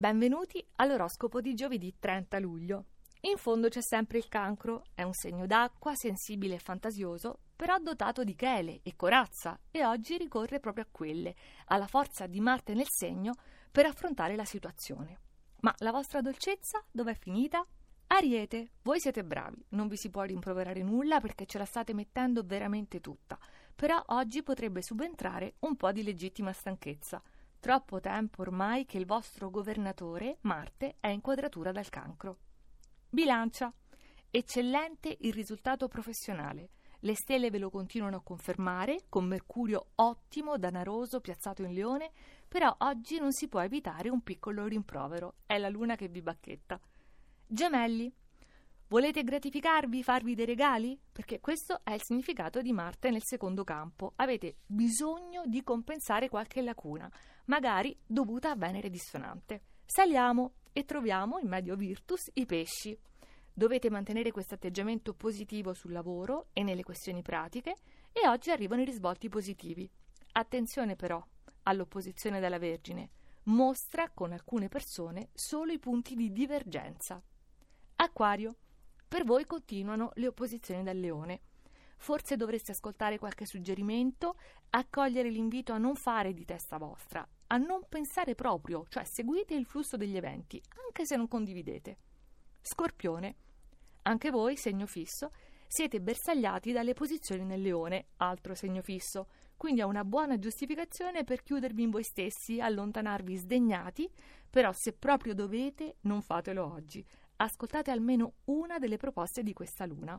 Benvenuti all'oroscopo di giovedì 30 luglio. In fondo c'è sempre il Cancro, è un segno d'acqua, sensibile e fantasioso, però dotato di chele e corazza e oggi ricorre proprio a quelle, alla forza di Marte nel segno per affrontare la situazione. Ma la vostra dolcezza dov'è finita? Ariete, voi siete bravi, non vi si può rimproverare nulla perché ce la state mettendo veramente tutta, però oggi potrebbe subentrare un po' di legittima stanchezza. Troppo tempo ormai che il vostro governatore, Marte, è in quadratura dal Cancro. Bilancia. Eccellente il risultato professionale. Le stelle ve lo continuano a confermare, con Mercurio ottimo, danaroso, piazzato in Leone, però oggi non si può evitare un piccolo rimprovero. È la luna che vi bacchetta. Gemelli. Volete gratificarvi, farvi dei regali? Perché questo è il significato di Marte nel secondo campo. Avete bisogno di compensare qualche lacuna, magari dovuta a Venere dissonante. Saliamo e troviamo in medio Virtus i pesci. Dovete mantenere questo atteggiamento positivo sul lavoro e nelle questioni pratiche e oggi arrivano i risvolti positivi. Attenzione però all'opposizione della Vergine. Mostra con alcune persone solo i punti di divergenza. Acquario. Per voi continuano le opposizioni dal Leone. Forse dovreste ascoltare qualche suggerimento, accogliere l'invito a non fare di testa vostra, a non pensare proprio, cioè seguite il flusso degli eventi, anche se non condividete. Scorpione. Anche voi, segno fisso, siete bersagliati dalle posizioni nel Leone, altro segno fisso, quindi è una buona giustificazione per chiudervi in voi stessi, allontanarvi sdegnati, però se proprio dovete, non fatelo oggi. Ascoltate almeno una delle proposte di questa luna.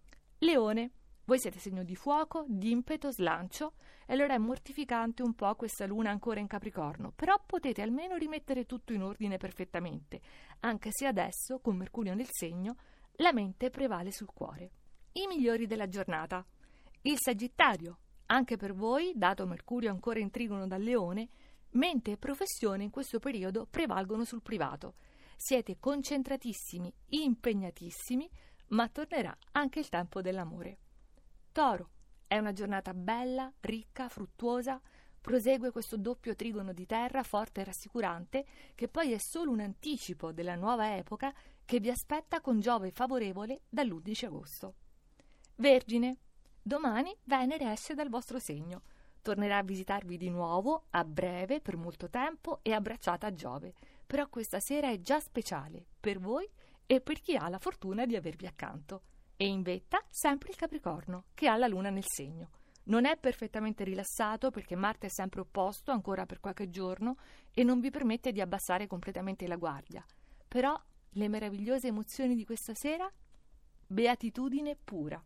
Leone, voi siete segno di fuoco, di impeto, slancio, e allora è mortificante un po' questa luna ancora in Capricorno, però potete almeno rimettere tutto in ordine perfettamente, anche se adesso, con Mercurio nel segno, la mente prevale sul cuore. I migliori della giornata. Il Sagittario, anche per voi, dato Mercurio ancora in trigono dal Leone, mente e professione in questo periodo prevalgono sul privato. Siete concentratissimi, impegnatissimi, ma tornerà anche il tempo dell'amore. Toro, è una giornata bella, ricca, fruttuosa, prosegue questo doppio trigono di terra forte e rassicurante, che poi è solo un anticipo della nuova epoca che vi aspetta con Giove favorevole dall'11 agosto. Vergine, domani Venere esce dal vostro segno, tornerà a visitarvi di nuovo, a breve, per molto tempo e abbracciata a Giove. Però questa sera è già speciale per voi e per chi ha la fortuna di avervi accanto. E in vetta sempre il Capricorno, che ha la luna nel segno. Non è perfettamente rilassato perché Marte è sempre opposto ancora per qualche giorno e non vi permette di abbassare completamente la guardia. Però le meravigliose emozioni di questa sera? Beatitudine pura.